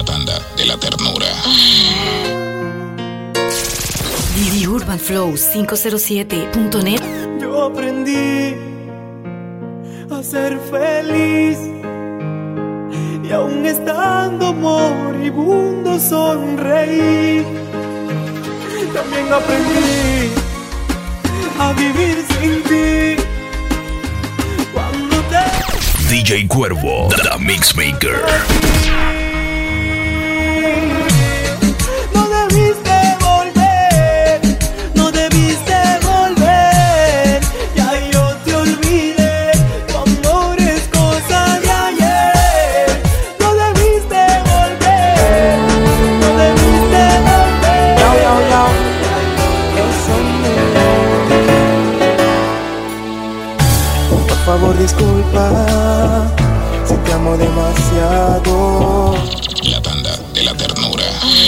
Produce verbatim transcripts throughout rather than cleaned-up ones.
tanda de la ternura. D D Urban Flow cinco cero siete punto net. Yo aprendí a ser feliz y aún estando moribundo sonreír. También aprendí a vivir sin ti. Cuando te D J Cuervo, The Mixmaker. No debiste volver, no debiste volver. Ya yo te olvidé, tu amor es cosa de ayer. No debiste volver, no debiste volver. Yo, yo, yo. Por favor, disculpa si te amo demasiado. La tanda de la ternura.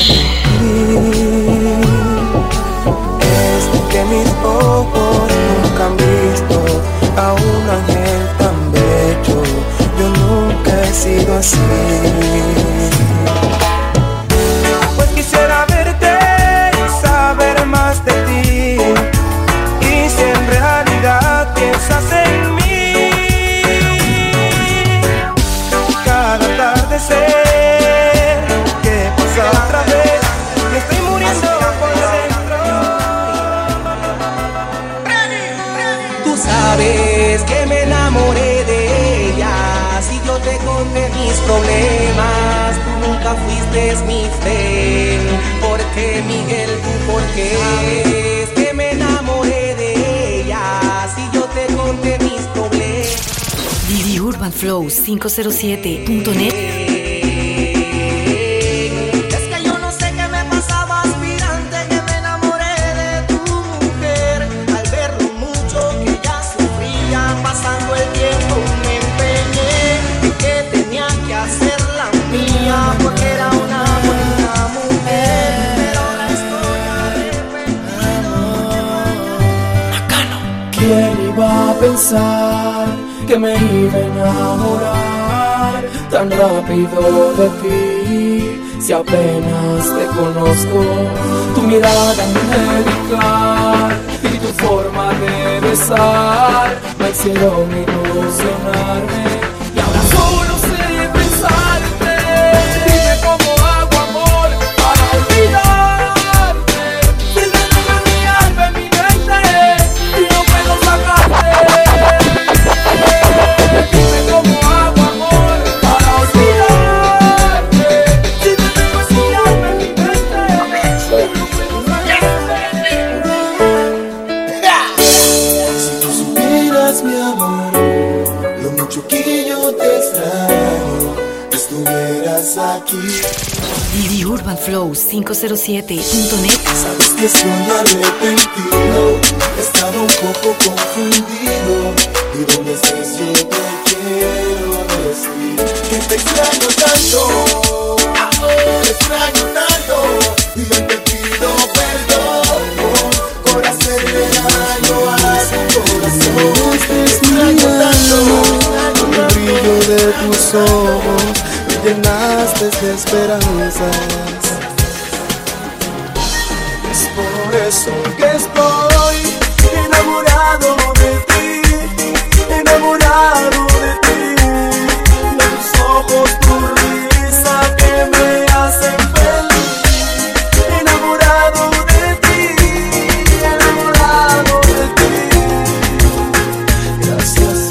Es que mis ojos nunca han visto a un ángel tan bello. Yo nunca he sido así. Pues quisiera verte y saber más de ti. Y si en realidad piensas en mí, cada atardecer que pasa otra vez, me estoy muriendo por dentro. Tú sabes que me enamoré de ella. Si yo te conté mis problemas, tú nunca fuiste mi fe. ¿Por qué, Miguel, tú por qué? Es que me enamoré de ella. Si yo te conté mis problemas. D D Urban Flow cinco cero siete punto net. Es que yo no sé qué me pasaba, aspirante, que me enamoré de tu mujer. Al ver lo mucho que ella sufría, pasando el tiempo me empeñé en que tenía que hacer la mía, porque era una buena mujer. Pero ahora estoy arrepentido. ¿Quién iba a pensar que me iba a enamorar tan rápido de ti? Si apenas te conozco, tu mirada angelical y tu forma de besar me hicieron ilusionarme. Y ahora solo sé pensarte. Dime cómo hago, amor, para olvidarte. Si dentro de mi alma, en mi mente, y no puedo sacarte. Dime cómo hago, amor, para olvidarte. Si dentro de mi alma, en mi mente, y no puedo sacarte. Si tú supieras, mi amor, lo mucho que yo te extraño, estuvieras aquí. D D Urban Flow cinco cero siete punto net. Sabes que soy arrepentido, he estado un poco confundido. Y donde estés yo te quiero decir que te extraño tanto, te extraño tanto. Y yo te pido perdón por hacerle daño a tu corazón. Te extraño tanto, con el brillo de tus ojos me llenaste de esperanzas. Es por eso que estoy enamorado de ti, enamorado de ti. De tus ojos, tu risa que me hacen feliz. Enamorado de ti, enamorado de ti. Gracias,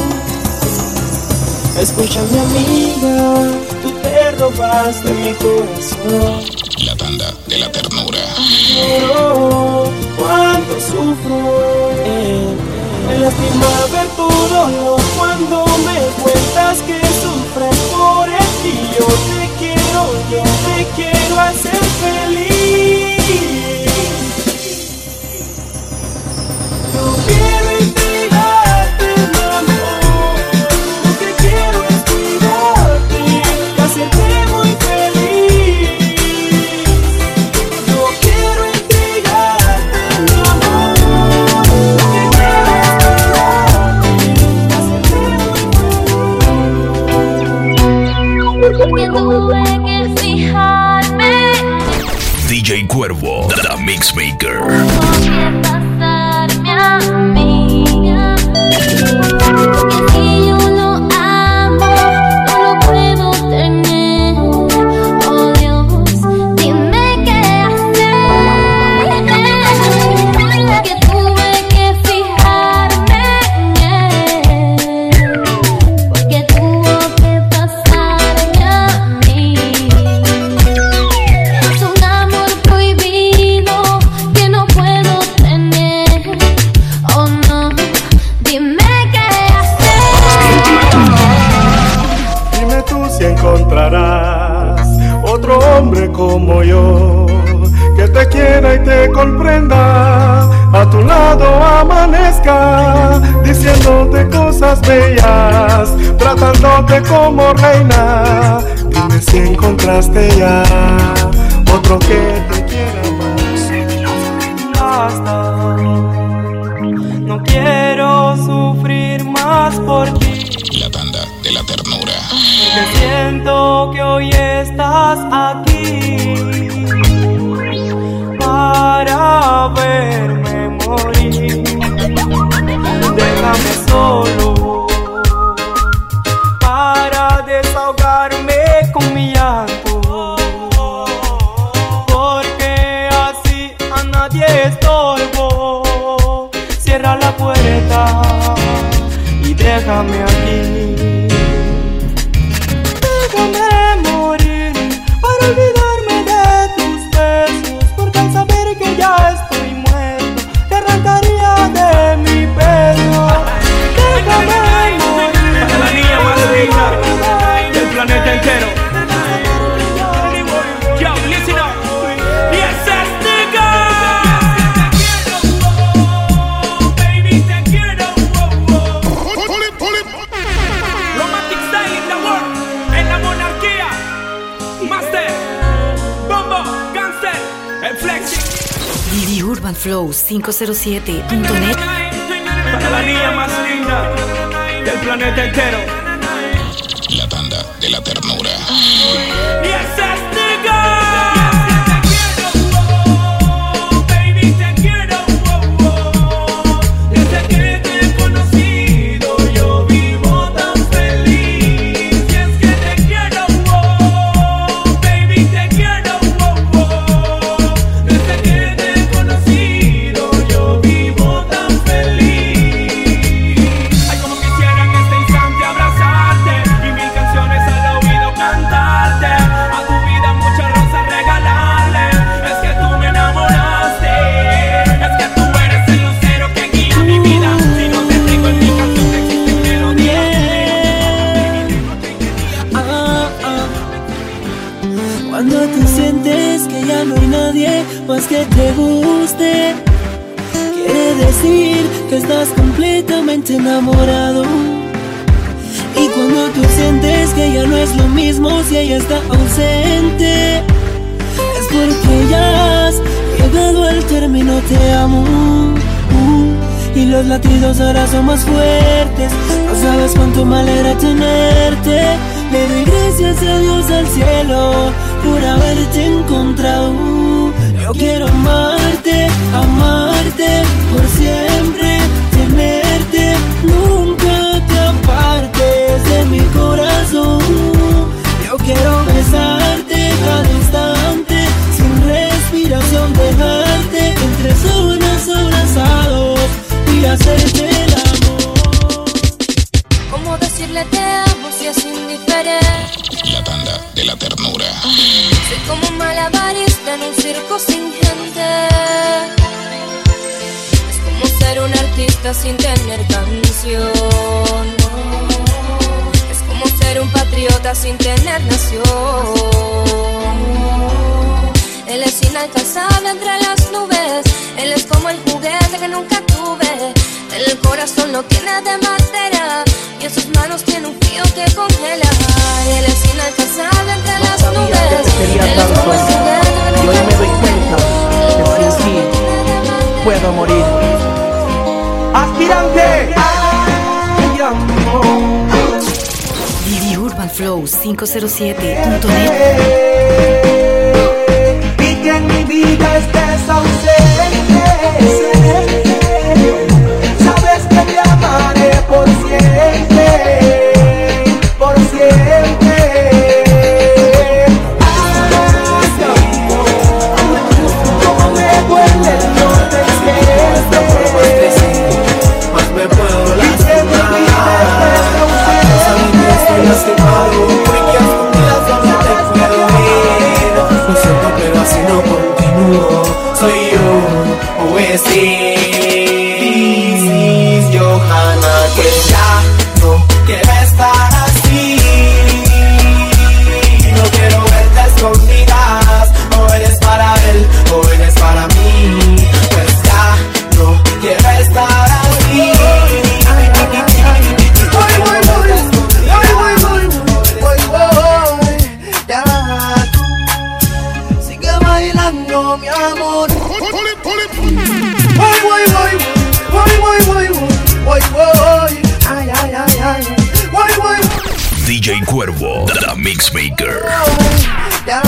Señor. Escucha, mi amiga, tú te robaste mi corazón. La tanda de la ternura. Lloro cuando sufro, eh, me lastima ver tu dolor cuando me cuentas que sufres por él. Y yo te quiero, yo te quiero hacer feliz. Yo quiero entregarte, mi amor. Lo que quiero es cuidarte y hacerte muy feliz. Yo quiero entregarte, mi amor. Lo que quiero es cuidarte y hacerte muy feliz. Porque tuve que fijar Cuervo, The Mixmaker. Pasarme a mí, porque si yo lo amo, no lo puedo tener. Oh Dios, dime qué hacer, porque tuve que fijarme en él, porque tuvo que pasarme a mí. Es un amor prohibido que no puedo tener. Oh no, dime qué hacer. Dime tú si encontrarás otro hombre como yo, que te quiera y te comprenda, a tu lado amanezca, diciéndote cosas bellas, tratándote como reina. Dime si encontraste ya otro que te quiera más. Basta, no quiero sufrir más por ti. La tanda de la ternura. Que siento que hoy estás aquí para verme morir. Déjame solo para desahogarme con mi llanto, porque así a nadie estorbo. Cierra la puerta y déjame aquí. Déjame morir para olvidarme de tus besos, porque al saber que ya estoy muerto, te arrancaría de mi peso. Déjame morir. Hasta la niña más linda del planeta entero. Yo, listen up. Yes, yes, nigga. Baby, te quiero. Romantic style in the world. En la monarquía. Master. Bombo. Gangster. El flexing. The Urban Flow cinco cero siete punto net. Para la niña más linda del planeta entero. La tanda de la ternura. Yes, yes, nigga. Baby, te quiero. Desde que te he conocido, yo vivo tan feliz. Y es que te quiero, baby, te quiero. Desde que te he conocido, yo vivo tan feliz. Ay, como quisiera en este instante abrazarte y mil canciones al oído cantarte. A tu vida muchas rosas regalarle. Es que tú me enamoraste. Es que tú eres el lucero que guía mi vida. Si no te tengo en mi canción, no existen melodías. Ah, ah. Cuando tú sientes que ya no hay nadie más que te guste, quiere decir que estás completamente enamorado. Y cuando tú sientes que ya no es lo mismo si ella está ausente, es porque ya has llegado al término. Te amo, uh, y los latidos ahora son más fuertes. No sabes cuánto mal era tenerte. Le doy gracias a Dios al cielo por haberte encontrado. Yo quiero amarte, amarte por siempre, tenerte, nunca te apartes de mi corazón. Yo quiero besarte cada instante, sin respiración, dejarte entre sábanas abrazados y hacerte el amor. ¿Cómo decirle te amo si es indiferente? La tanda de la ternura. Soy como un malabarista en un circo sin gente. Es como ser un artista sin tener canción. Es como ser un patriota sin tener nación. Él es inalcanzable entre las nubes. Él es como el juguete que nunca tuve. El corazón lo tiene de madera y en sus manos tiene un frío que congela. Él es inalcanzable entre las nubes. Él es como el juguete que nunca tuve. Y hoy me doy cuenta que sin ti puedo morir. Aspirante. The Urban Flow cinco cero siete punto net. Y que en mi vida estés ausente, sabes que te amaré por siempre, por siempre. Hasta como me duele el no tenerte, más me puedo lastimar. Estoy lastimado porque a escondidas donde te puedo ir. Lo siento pero así no continúo. Soy yo, Oasis, Johanna, que ya no quiero estar así. No quiero verte a escondidas. O eres para él o eres para mí. Pues ya no quiero estar así. Mi amor, voy, voy, voy, voy, voy, voy, voy, voy, ay, ay, ay, ay, voy, voy, D J Cuervo, The Mixmaker. ya,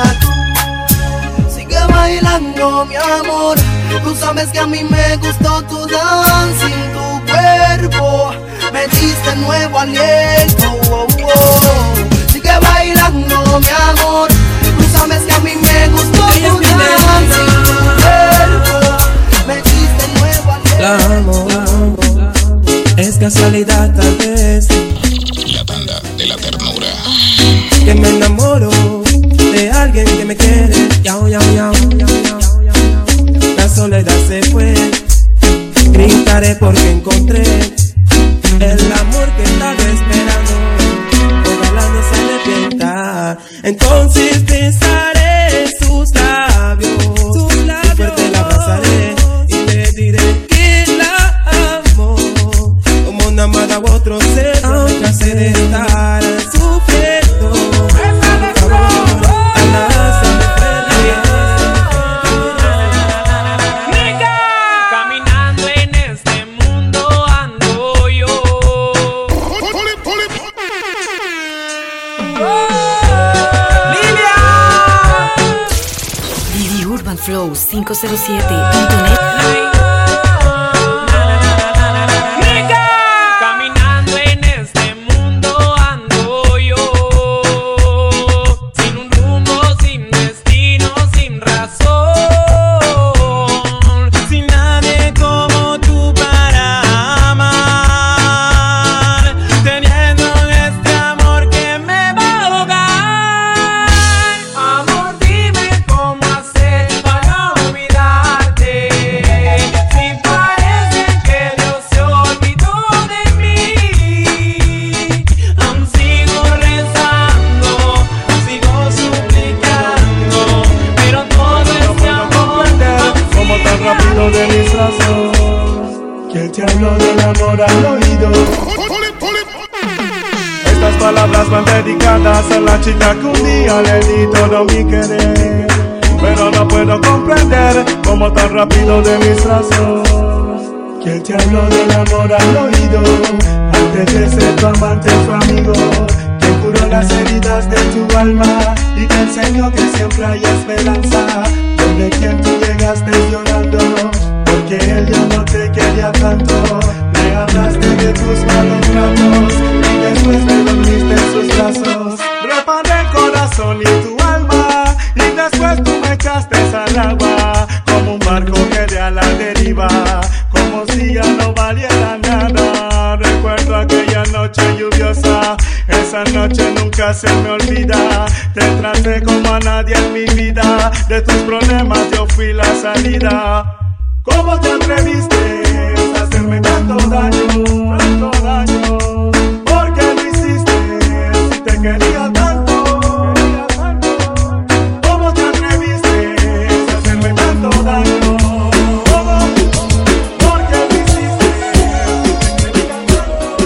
sigue bailando, mi amor. Tú sabes que a mí me gustó tu dancing, tu cuerpo, me diste nuevo aliento. Oh, oh. Sigue bailando, mi amor. Tú sabes que a mí me gustó tu dancing, tu cuerpo, me diste nuevo aliento. La amo, la amo. Es casualidad tal vez La tanda de la ternura. que me enamoro de alguien que me quiere. Yao, yao, yao, yao, yao, yao. La soledad se fue. Gritaré porque encontré el amor que estaba esperando. Ojalá no se arrepienta. Entonces besaré sus labios, sus labios. Fuerte la abrazaré y le diré que la amo como una amada u otro ser. Aunque hace de estar sufriendo. Caminando en este mundo ando yo. Didi Urban Flow cinco cero siete punto net. Caminando en este mundo ando yo, sin un rumbo, sin destino, sin razón, sin nadie como tú para amar, teniendo este amor que me va a ahogar. Amor, dime cómo hacer para olvidarte, si parece que Dios se olvidó de mí. Aún sigo rezando, sigo suplicando, pero todo este amor Como tan rápido de mis brazos que te hablo del amor al oído. Estas palabras van dedicadas a la chica que un día le di todo mi querer, pero no puedo comprender como tan rápido de mis brazos que te hablo del amor al oído. Antes de ser tu amante, tu amigo, que curó las heridas de tu alma y te enseñó que siempre hay esperanza. Donde quien tú llegaste llorando, porque él ya no te quería tanto. Le hablaste de tus malos ratos y después te dormiste en sus brazos. Reparé el corazón y tu alma y después tú me echaste al agua, como un barco que de a la deriva, como si ya no valiera nada. Recuerdo aquella noche lluviosa, esa noche nunca se me olvida. Te traté como a nadie en mi vida, de tus problemas yo fui la salida. ¿Cómo te atreviste a hacerme tanto daño, tanto daño? ¿Por qué lo hiciste si te quería tanto, quería tanto? ¿Cómo te atreviste a hacerme tanto daño? ¿Cómo? ¿Por qué lo hiciste si te quería tanto?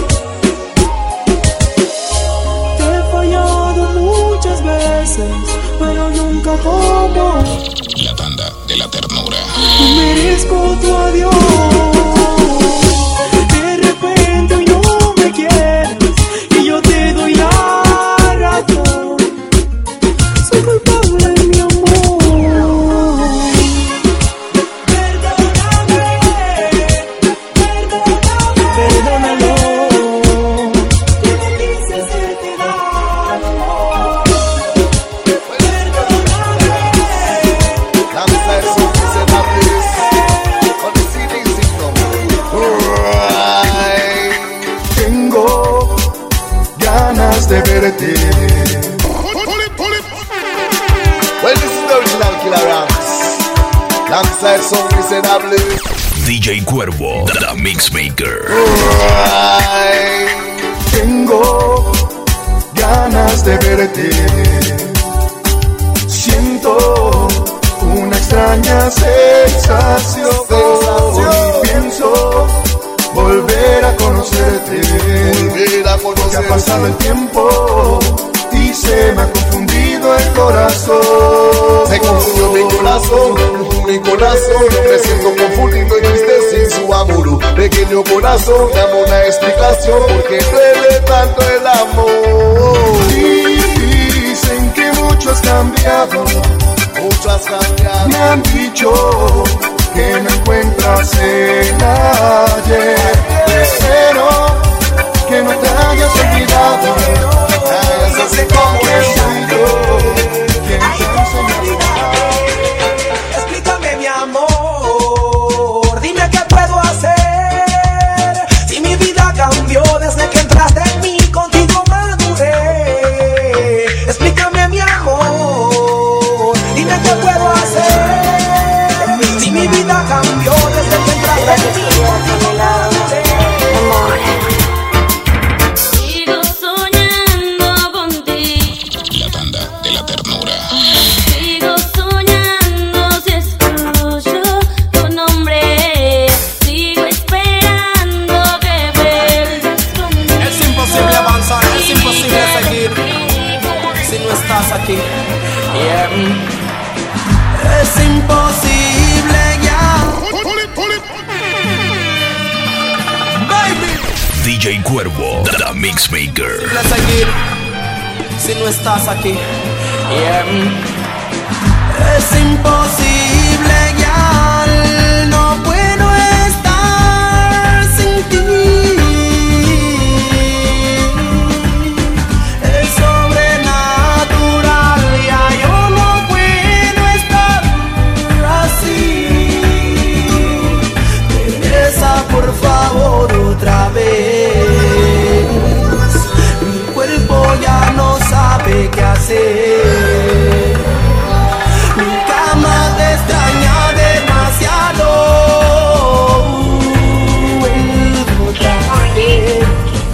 Te he fallado muchas veces, pero nunca como. La tanda de la ternura. No merezco tu adiós. De repente hoy no me quieres y yo te doy la razón. Soy culpable, mi amor. de verte. Well, this is the original Killer Rams, alongside some miserable D J Cuervo, The Mixmaker. Ay, tengo ganas de verte. Siento una extraña sensación. sensación. Pienso volver a conocerte. Volver a conocerte. Porque ha pasado el tiempo y se me ha confundido el corazón. Se confundió mi corazón, mi corazón. Me siento confundido y triste sin su amor. Pequeño corazón, dame una explicación. Porque duele tanto el amor. Dicen que mucho has cambiado. Mucho has cambiado. Me han dicho que me encuentras en ayer. Espero que no te hayas olvidado. Así como soy yo, que explícame mi amor, dime qué puedo hacer. Si mi vida cambió desde que entraste en mí, contigo maduré. Explícame mi amor, dime qué puedo hacer. Si mi vida cambió desde que entraste en mí, contigo maduré. Aquí. Yeah. Es imposible ya. Baby. D J Cuervo, The Mixmaker. Seguir si no estás aquí. Yeah. Es imposible ya. No puedo estar sin ti. Por favor, otra vez. Mi cuerpo ya no sabe qué hacer. Mi cama te extraña demasiado. Vuelvo otra vez.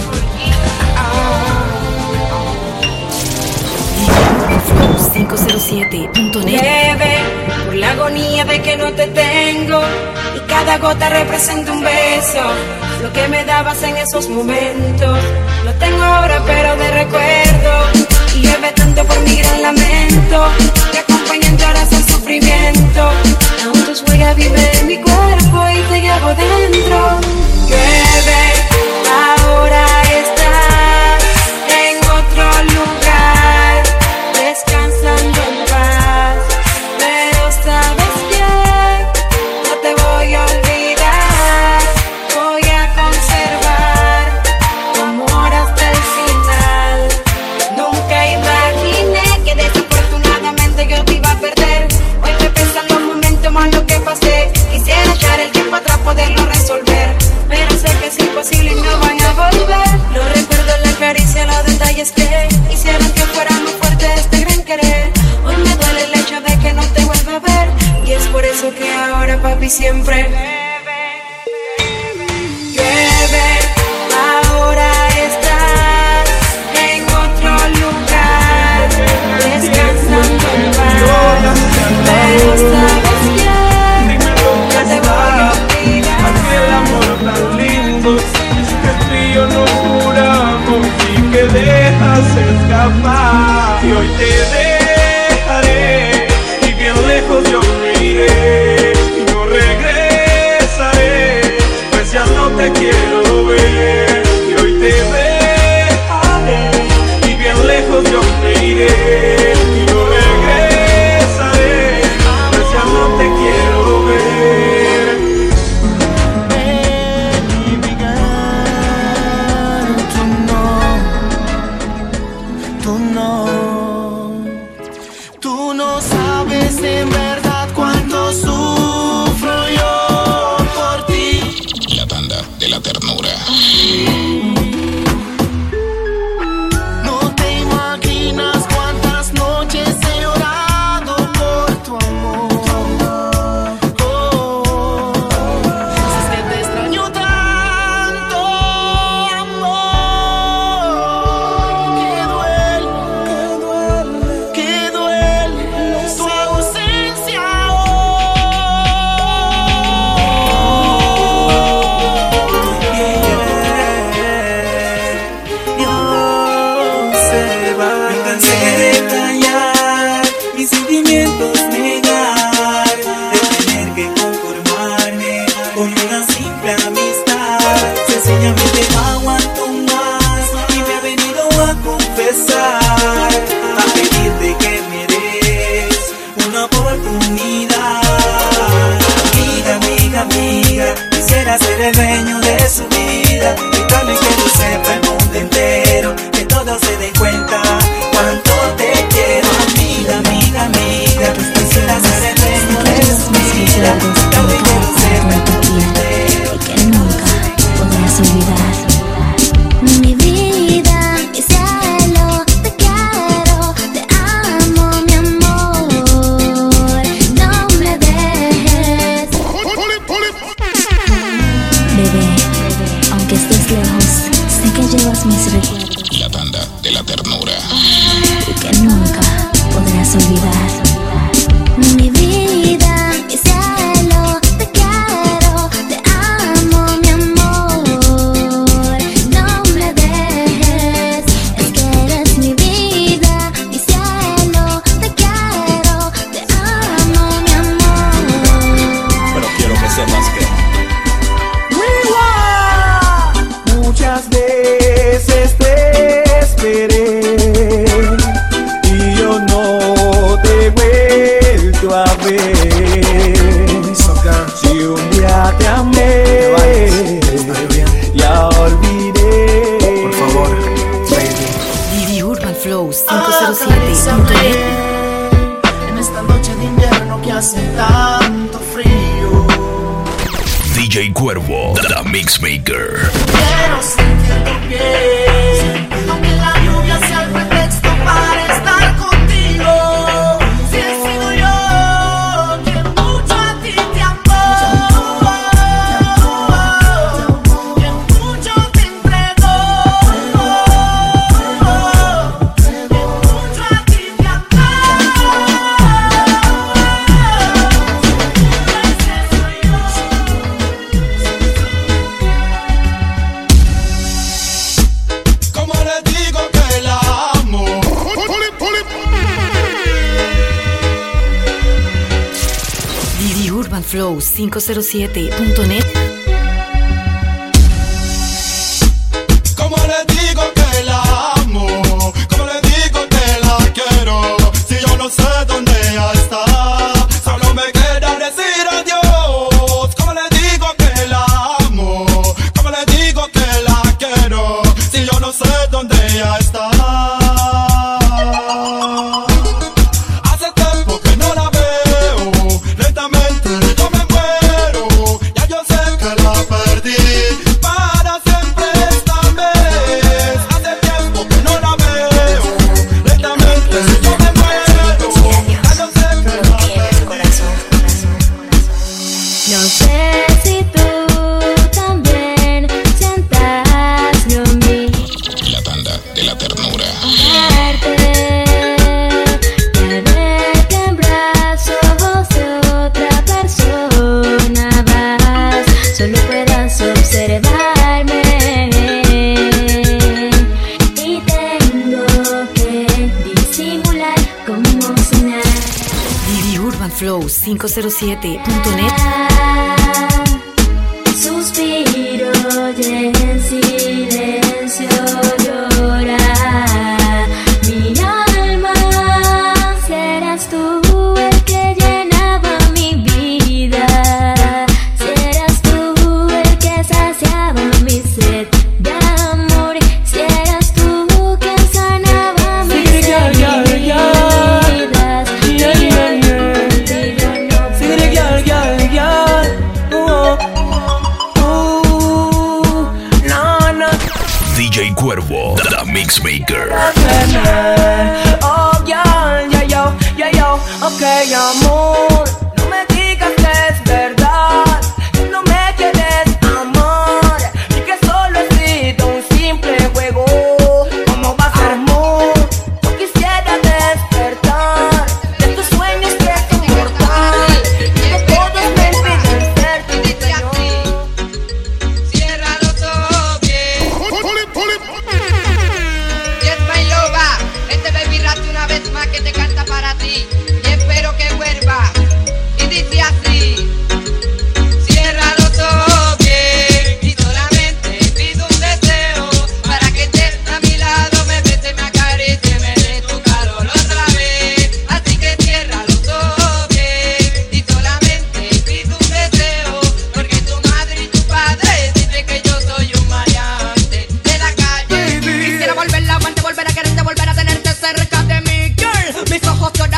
cinco cero siete punto net. Bebe, por la agonía de que no te tengo. Cada gota representa un beso, lo que me dabas en esos momentos. Lo tengo ahora pero de recuerdo. Y llueve tanto por mi gran lamento. Te acompaña en horas el sufrimiento. Aún tus huellas viven en mi cuerpo y te llevo dentro. Llueve, ahora estás en otro lugar, descansando en paz. Pero sabes bien, no te voy a olvidar, voy a conservar tu amor hasta el final. Nunca imaginé que desafortunadamente yo te iba a perder. Hoy repensando un momento más lo que pasé. Quisiera echar el tiempo atrás, poderlo resolver, pero sé que es imposible y no van a volver. No recuerdo la caricia, los detalles que hicieron que fuera muy fuerte este gran querer. Hoy me duele el hecho de que no te vuelva a ver, y es por eso que ahora papi siempre llueve. Ahora estás en otro lugar, descansando en paz. Pero sabes bien, no te voy a olvidar. Aquel amor tan lindo que tú y yo nos juramos y que dejas escapar. Y hoy te dejaré y bien lejos yo me iré y no regresaré, pues ya no te quiero ver. Y hoy te dejaré y bien lejos yo me iré y no regresaré, pues ya no te quiero ver. Baby girl, tú no, tú no. mis sentimientos negar, de tener que conformarme con una simple amistad. Sencillamente no aguanto más y me ha venido a confesar, a pedirte que me des una oportunidad. Amiga, amiga, amiga, quisiera ser el dueño de su vida, gritarle que lo sepa el mundo entero, que todos se den cuenta cuánto te quiero. Amiga, amiga, amiga, quisiera ser el dueño de su vida, gritarle que lo sepa el mundo entero, y que nunca podrás olvidar. Mi vida, mi cielo, te quiero, te amo, mi amor, no me dejes. Bebé, aunque estés lejos, sé que llevas mis recuerdos. La tanda de la ternura. Y que nunca podrás olvidar. Mi vida, mi cielo, te quiero, te amo, mi amor, no me dejes. Es que eres mi vida, mi cielo, te quiero, te amo, mi amor. Pero quiero que sepas que muchas veces te esperé y yo no te he vuelto a ver. Si un día te amé, ya olvidé. Por favor, Didi Urban Flow cinco cero siete punto net. En esta noche de invierno que hace tanto frío, D J Cuervo, The Mixmaker. quiero sentir tu piel, aunque la lluvia sea el pretexto para estar contigo. Si he sido yo quien mucho a ti te amó, quien mucho te entregó, quien mucho a ti te amó. Como le digo que la amo. Didi Urban Flow cinco cero siete punto net. Como le digo que la amo. Como le digo que la quiero. Si yo no sé dónde ella está, solo me queda decir adiós. Como le digo que la amo. Como le digo que la quiero. Si yo no sé dónde ella está. Hace tiempo que no la veo. Lentamente yo me muero. Ya yo sé que la perdí para siempre esta vez. Hace tiempo que no la veo. Lentamente yo me muero. Ya yo sé que la perdí. No sé si tú también sientas lo mismo. La tanda de la ternura. De ver que en brazos de otra persona vas, solo puedas observarme y tengo que disimular como si nada. Didi Urban Flow cinco cero siete punto net. Suspiro y en silencio llora mi alma. Serás tú el que llenaba mi vida, serás tú el que saciaba mi sed de amor, serás tú quien sanaba mis heridas. D J Cuervo, The Mixmaker. Oh, yeah, yeah, yo, yeah, yo. Ok, amor, no me digas que es verdad, que no me quieres amar y que solo he sido un simple juego. ¿Cómo va a ser, amor? Yo quisiera despertar de tus sueños que son mortal y que todos me impiden ser tu Señor. Ciérralo todo bien. Yes, my lover. Este baby rat una vez más que te canta para ti.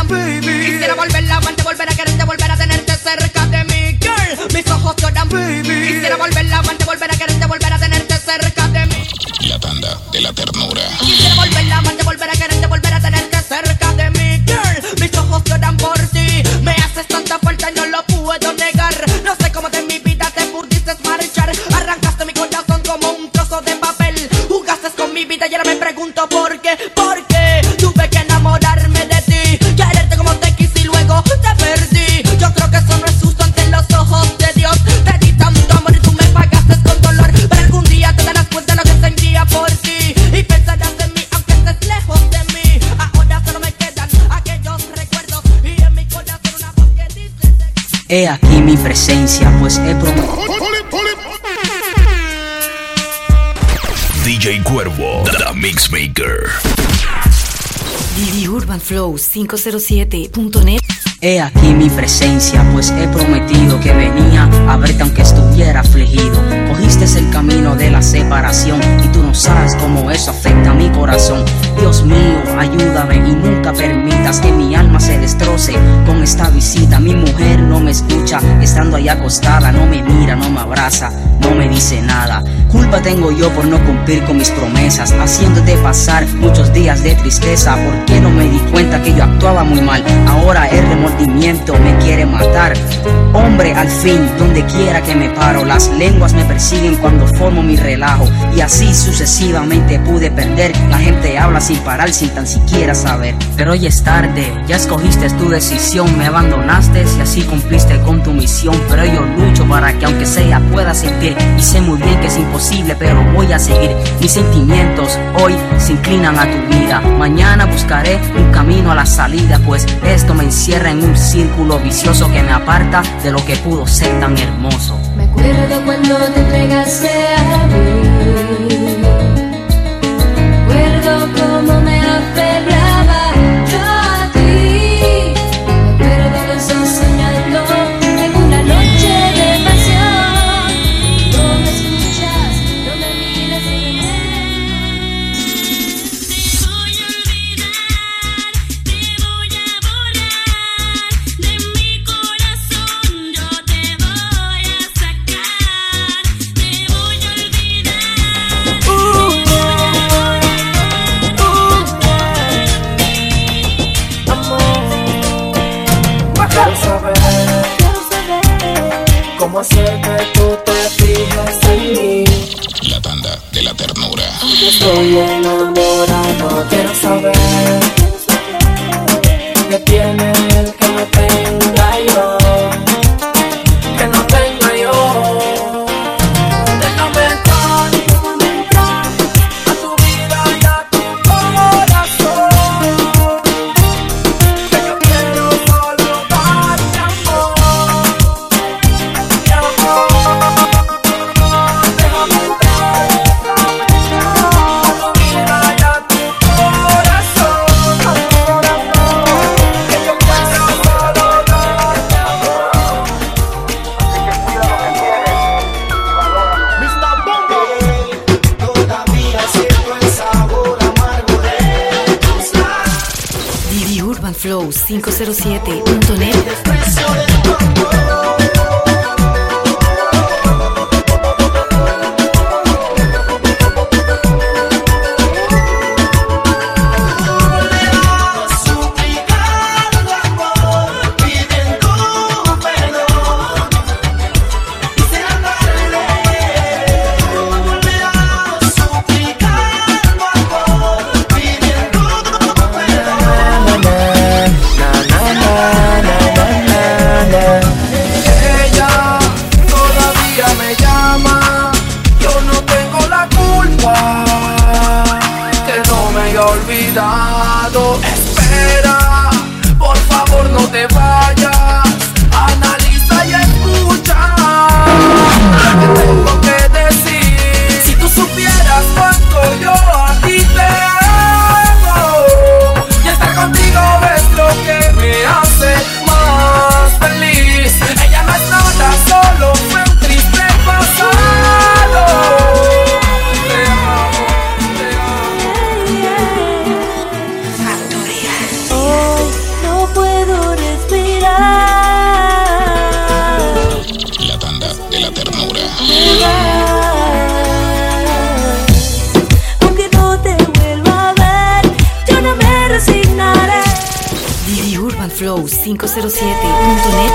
baby. Quisiera volver a amarte, volver a quererte, volver a tenerte cerca de mí, girl. Mis ojos lloran, baby. Quisiera volver a amarte, volver a quererte, volver a tenerte cerca de mí. La tanda de la ternura. Quisiera volver a amarte, volver a quererte, volver a tenerte cerca de mí, girl. Mis ojos lloran por ti. Me haces tanta falta y no lo puedo negar. No sé cómo de mi vida te pudiste marchar. Arrancaste mi corazón como un trozo de papel. Jugaste con mi vida y ahora me pregunto por qué. ¿Por qué tuve que enamorarme de ti? Quererte como te quise y luego te perdí. Yo creo que eso no es justo ante los ojos de Dios. Te di tanto amor y tú me pagaste con dolor. Pero algún día te darás cuenta de lo que sentía por ti. Y pensarás en mí aunque estés lejos de mí. Ahora solo me quedan aquellos recuerdos. Y en mi corazón una voz que dice... He aquí mi presencia, pues he prometido. D J Cuervo, The Mixmaker. Didi Urban Flow cinco cero siete punto net. He aquí mi presencia, pues he prometido que venía a verte aunque estuviera afligido. Cogiste el camino de la separación y tú no sabes cómo eso afecta a mi corazón. Dios mío, ayúdame y nunca permitas que mi alma se destroce con esta visita. Mi mujer no me escucha, estando ahí acostada, no me mira, no me abraza, no me dice nada. Culpa tengo yo por no cumplir con mis promesas, haciéndote pasar muchos días de tristeza. ¿Por qué no me di cuenta que yo actuaba muy mal? Ahora el remordimiento me quiere matar. Hombre, al fin, donde quiera que me paro, las lenguas me persiguen cuando formo mi relajo. Y así sucesivamente pude perder. La gente habla sin parar, sin tan siquiera saber. Pero hoy es tarde, ya escogiste tu decisión. Me abandonaste y así cumpliste con tu misión. Pero yo lucho para que aunque sea pueda sentir. Y sé muy bien que es imposible, pero voy a seguir. Mis sentimientos hoy se inclinan a tu vida. Mañana buscaré un camino a la salida, pues esto me encierra en un círculo vicioso que me aparta de lo que pudo ser tan hermoso. Me acuerdo cuando te entregaste a mí. Recuerdo cómo me aferraba yo a ti. Me acuerdo que estoy soñando en una noche de pasión. No me escuchas, no me miras en él. Te voy a olvidar, te voy a borrar de mi corazón. Yo te voy a sacar, te voy a olvidar. Uh, Quiero saber, cómo hacer que tú te fijes en mí. La tanda de la ternura. Estoy enamorado, quiero saber qué tiene el que no tenga yo, que no tenga yo. Déjame entrar, déjame entrar a tu vida y a tu corazón, que yo quiero solo darte amor, mi amor. Déjame entrar a tu vida y a tu corazón, que yo quiero solo darte amor. mister Bombo, todavía siento el sabor amargo de tus labios. Didi Urban Flow cinco cero siete punto net. Desprecio de tu amor. Suplicando amor, pidiendo perdón, quisiera darle. Suplicando amor, pidiendo perdón. Ella todavía me llama, yo no tengo la culpa, que no me haya olvidado. Espera, por favor no te vayas, analiza y escucha lo que tengo que decir. Si tú supieras cuánto yo a ti te amo, y estar contigo es lo que me hace más feliz. Ella no es nada, solo fue un triste pasado. Te amo, te amo. flow cinco cero siete punto net.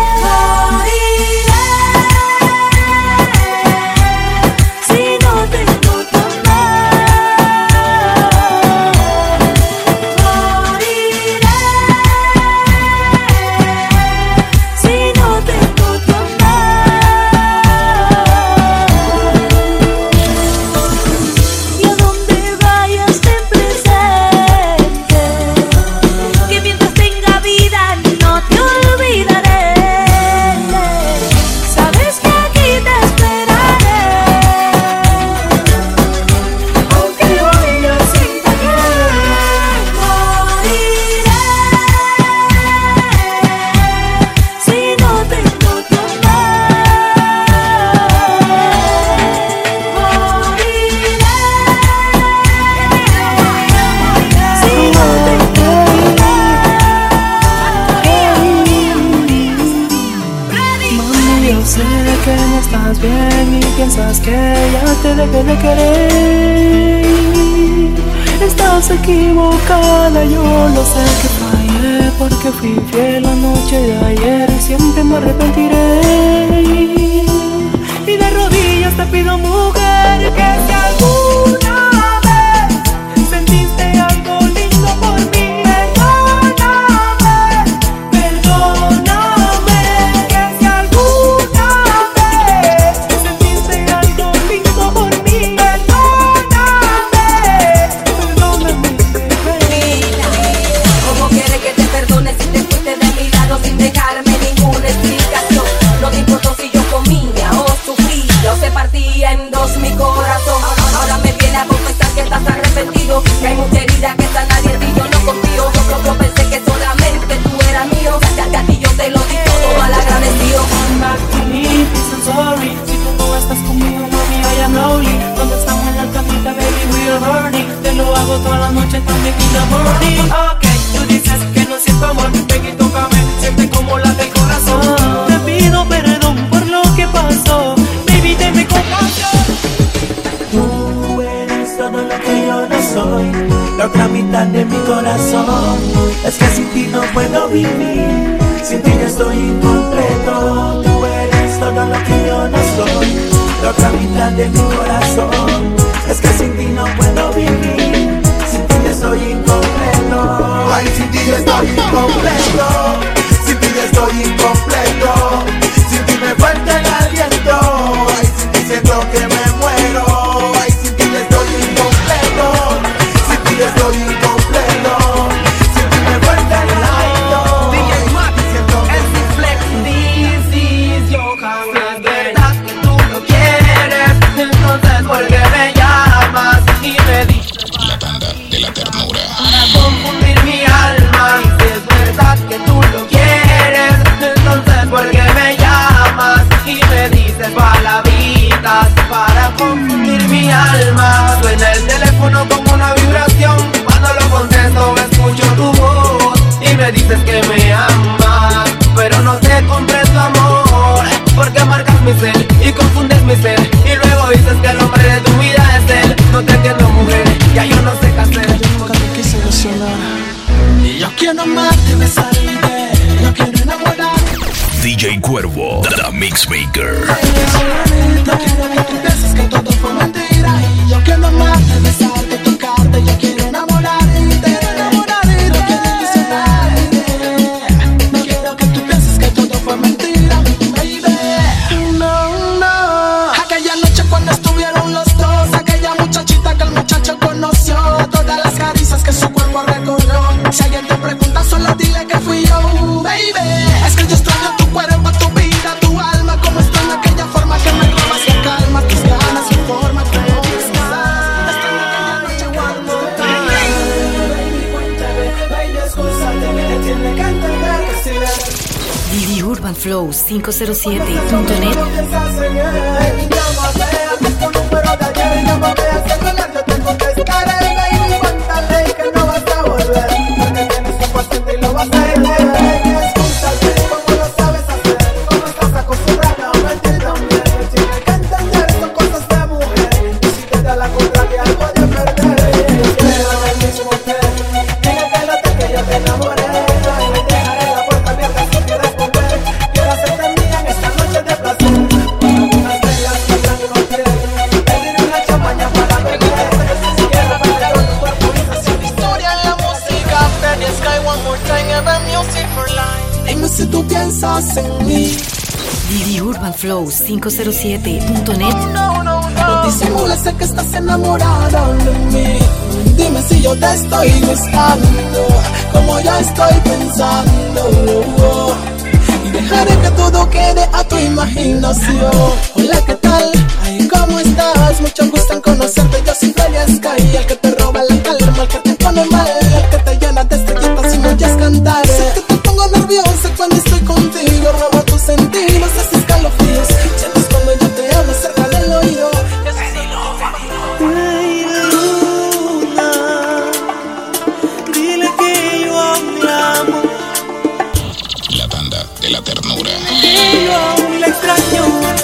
Piensas que ya te dejé de querer. Estás equivocada, yo lo sé que fallé, porque fui fiel la noche de ayer y siempre me arrepentiré. Y de rodillas te pido, mujer, que si alguna vez sentiste algo lindo por mí, perdóname, perdóname, que si alguna vez sentiste algo lindo por mí, perdóname, perdóname, ¿cómo quieres que te perdone si te fuiste de mi lado sin dejarme ninguna explicación? No te importó si yo comía o sufría o se partía en dos mi corazón. Ahora me viene a confesar que estás arrepentido, que hay mucha herida que está nadie y yo no confío. Yo, yo pensé que solamente tú eras mío, ya, ya a ti yo te lo digo todo al agradecido. Come back to me, please, I'm sorry. Si tú no estás conmigo, mami, I am lonely. Cuando estamos en la camita, baby, we are burning. Te lo hago toda la noche, también in the morning. Ok, tú dices que no siento amor, ven y tócame, siente como late el corazón. Te pido perdón por lo que pasó, baby, deme compasión. Tú eres todo lo que yo no soy, la otra mitad de mi corazón. Es que sin ti no puedo vivir, sin ti yo estoy incompleto. Tú eres todo lo que yo no soy, la otra mitad de mi corazón. Es que sin ti no puedo vivir, sin ti yo estoy incompleto. Ay, sin ti yo estoy incompleto, sin ti yo estoy incompleto, sin ti me falta el aliento. Ay, sin ti siento que me muero. Ay, sin ti yo estoy incompleto, sin ti yo estoy incompleto, sin ti me falta el aliento. D J Max, el Flex, this is Johan. Es verdad que tú lo quieres, entonces ¿por qué me llamas y me dices La tanda de la ternura. para confundir mi alma? Y si es verdad que tú lo quieres, entonces ¿por qué me llamas y me dices palabritas para confundir mi alma? Suena el teléfono con una vibración, cuando lo contesto escucho tu voz y me dices que me amas, pero no te compré tu amor, porque marcas mi ser y confundes mi ser, y luego dices que el hombre de tu vida es él. No te entiendo, mujer, ya yo no sé qué hacer. Yo nunca te quise ilusionar, y yo quiero amarte, besarte, yo quiero enamorar. D J Cuervo, The Mixmaker. No quiero que tú pienses que todo fue mentira, y yo quiero amarte, besarte, tocarte, yo quiero enamorarte, enamorarte, no quiero ilusionarte. No quiero que tú pienses que todo fue mentira, baby. No, no. Aquella noche cuando estuvieron los dos, aquella muchachita que el muchacho conoció, todas las caricias que su cuerpo recorrió. Si alguien te pregunta, solo dile que fui yo, baby. Es que yo extraño tu cuerpo, tu vida, tu alma, como extraño aquella forma que me robas la calma, tus ganas, tu forma, tu extraño aquella noche cuando baby, cuéntame, baby, excúsate, me tiene que entender que si le D J Urban Flow cinco cero siete punto net. Tenga que no te que yo te enamoré, y me dejaré la puerta piensas en mí. Didi Urban Flow cinco cero siete punto net. No disimules, sé que estás enamorada de mí. Dime si yo te estoy gustando, como ya estoy pensando. Y dejaré que todo quede a tu imaginación. Hola, ¿qué tal? Ay, ¿cómo estás? Mucho gusto en conocerte. Yo soy Felias Sky, el que te roba la calma, el que te pone mal, el que te llena de estrellitas y no oyes cantar. Sé que te pongo nerviosa cuando estoy contigo, robo tus sentidos, haces escalofríos. Sientes cuando yo te hablo cerca del oído. Ay, Luna, dile que yo aún la amo. La tanda de la ternura. Yo aún la extraño.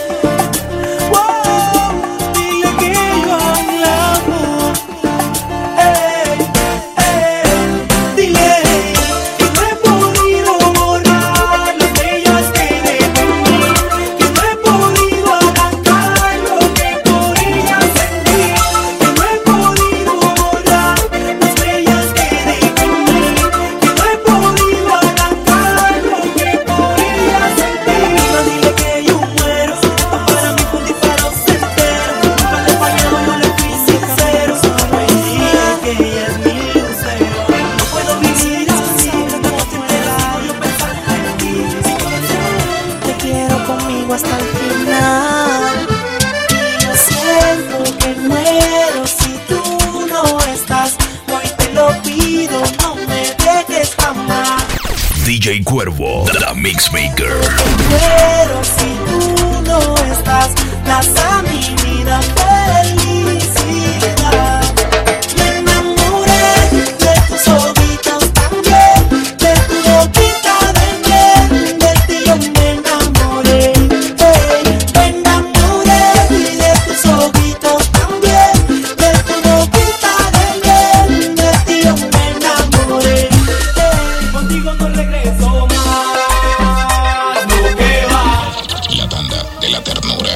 Wow, dile que yo aún la amo. Ey, ey, dile que no he podido borrar las huellas que dejó en mí, que no he podido arrancar lo que por ella sentí, que no he podido borrar las huellas que dejó en mí, que no he podido arrancar lo que por ella sentí. No, dile que yo muero, para mí fue un disparo certero, nunca le he fallado, yo le fui sincero. Solo dile que ella es mi lucero. No puedo vivir así, no te yo pensando en ti. Te quiero conmigo hasta el final. Y yo siento que muero si tú no estás. Hoy te lo pido, no me dejes jamás. D J Cuervo, The Mixmaker. Pero si tú no estás, das a mi vida felicidad. Me enamoré de tus ojitos también, de tu boquita de miel, de ti yo me enamoré. Hey, me enamoré de tus ojitos también, de tu boquita de miel, de ti yo me enamoré. Hey, contigo no regreso más, no que va. La tanda de la ternura.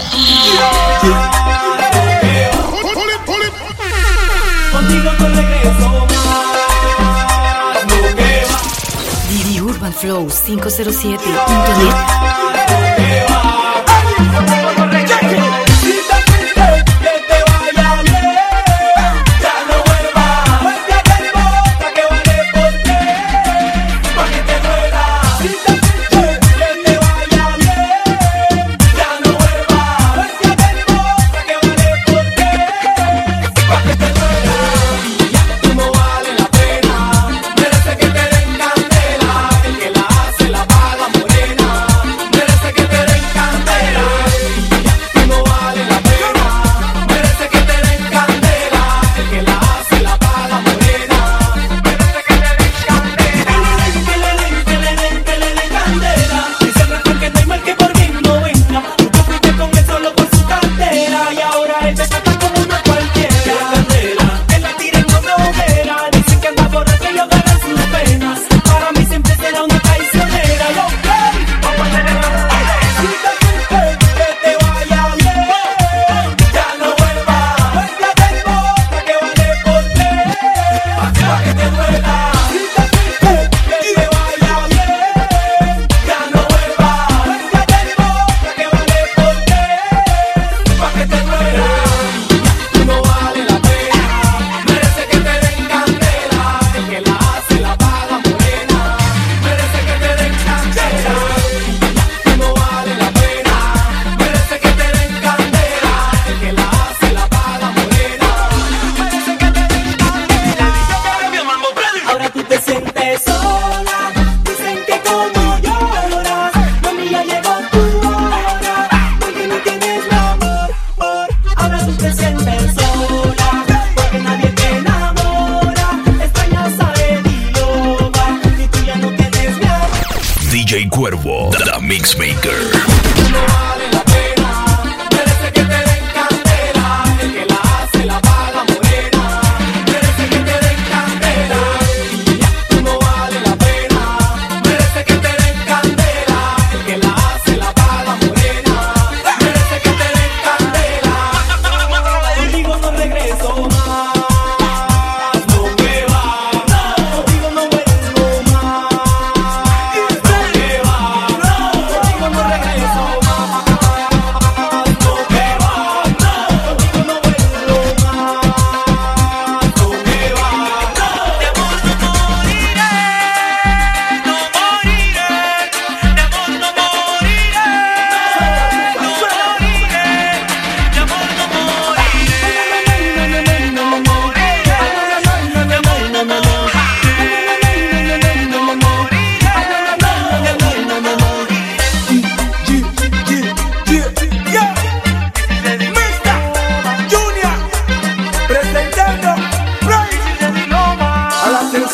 Contigo no regreso más, no que va. Didi Urban Flow cinco cero siete punto net. Cuervo, The Mixmaker. No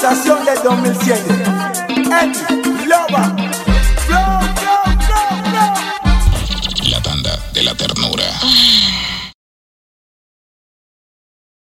sensación del dos mil siete. Eddie Loba. La tanda de la ternura.